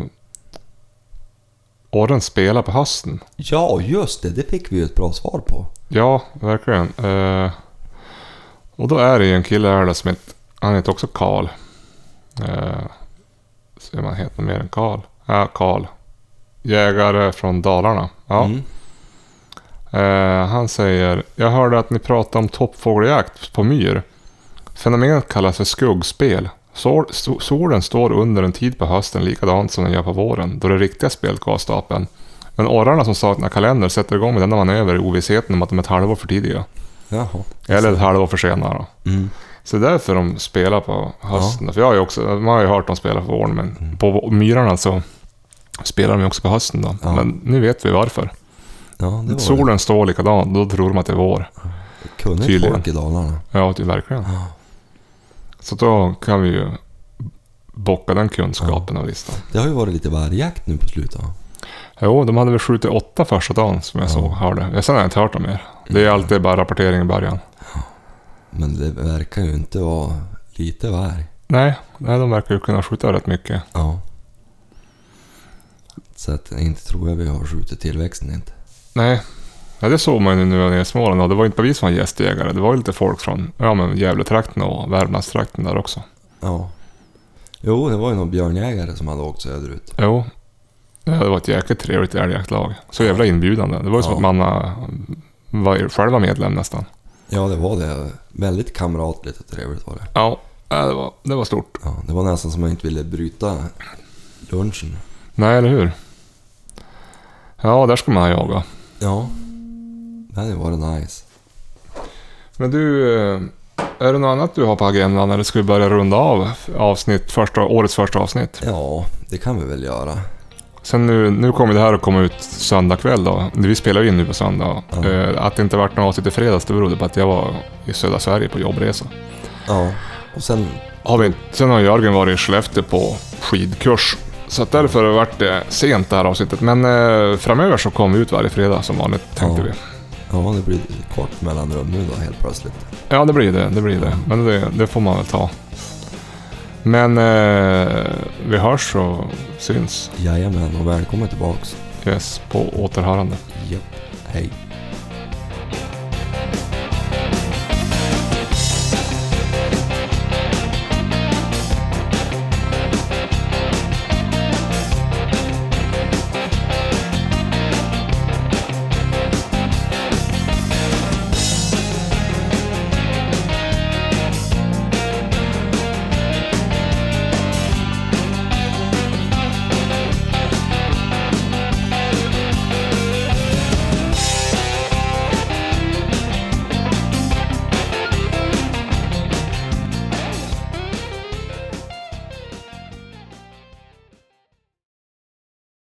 orren spelar på hösten. Ja, just det. Det fick vi ju ett bra svar på. Ja, verkligen. Eh, och då är det ju en kille här där som heter, han heter också Karl. Eh, ser man heter mer än Karl. Ja, Karl. Jägare från Dalarna. Ja. Mm. Eh, han säger: jag hörde att ni pratar om toppfågeljakt på myr. Fenomenet kallas för skuggspel. Sol, solen står under en tid på hösten likadant som den gör på våren, då det riktiga spelet går av stapeln. Men orrarna som saknar kalender sätter igång med denna manöver i ovissheten om att de är ett halvår för tidiga. Jaha. Eller ett halvår för senare. Mm. Så därför de spelar på hösten. Ja. För jag har ju också, man har ju hört dem spela på våren, men mm. på myrarna så spelar de ju också på hösten då. Ja. Men nu vet vi varför. Ja, det var Solen det. står likadant, då tror de att det är vår. Kunnigt Tydligen. folk i Dalarna. Ja, det är verkligen. Ja. Så då kan vi ju bocka den kunskapen av listan. Det har ju varit lite vargjakt nu på slutet. Jo, de hade väl skjutit åtta första dagen som jag Ja. såg, hörde. Jag sen har jag inte hört om mer. Det är alltid bara rapportering i början. Men det verkar ju inte vara lite varg. Nej, nej, de verkar ju kunna skjuta rätt mycket. Ja. Så att inte tror jag vi har skjutit tillväxten inte. Nej, ja, det såg man ju nu när jag var i Småland. Och det var inte bara vi som var gästjägare. Det var ju lite folk från ja, men Gävletrakten och Värmlandstrakten där också. Ja. Jo, det var ju någon björnjägare som hade åkt söderut. Jo, ja, det var ett jäkligt trevligt älgjaktlag. Så jävla inbjudande. Det var ju som Ja. att man uh, var själva medlem nästan. Ja, det var det. Väldigt kamratligt och trevligt var det. Ja, det var, det var stort. Ja, det var nästan som man inte ville bryta lunchen. Nej, eller hur? Ja, där ska man jaga. Ja, det hade varit nice. Men du, eh, är det något annat du har på agendan eller ska vi börja runda av avsnitt, första, årets första avsnitt? Ja, det kan vi väl göra. Sen nu, nu kommer det här att komma ut söndag kväll då. Vi spelar ju in nu på söndag. Ja. Eh, Att det inte varit något avsnitt i fredags, det berodde på att jag var i södra Sverige på jobbresa. Ja, och sen... Har vi, sen har Jörgen varit i Skellefteå på skidkurs. Så att därför har det varit det sent det här avsnittet. Men eh, framöver så kommer vi ut varje fredag som vanligt, tänkte Ja. vi. Ja, det blir kort mellanrum nu då helt plötsligt. Ja, det blir det. Det blir det. Men det, det får man väl ta. Men eh, vi hörs och syns. Jajamän, och välkommen tillbaks. Yes, på återhörande. Japp, hej.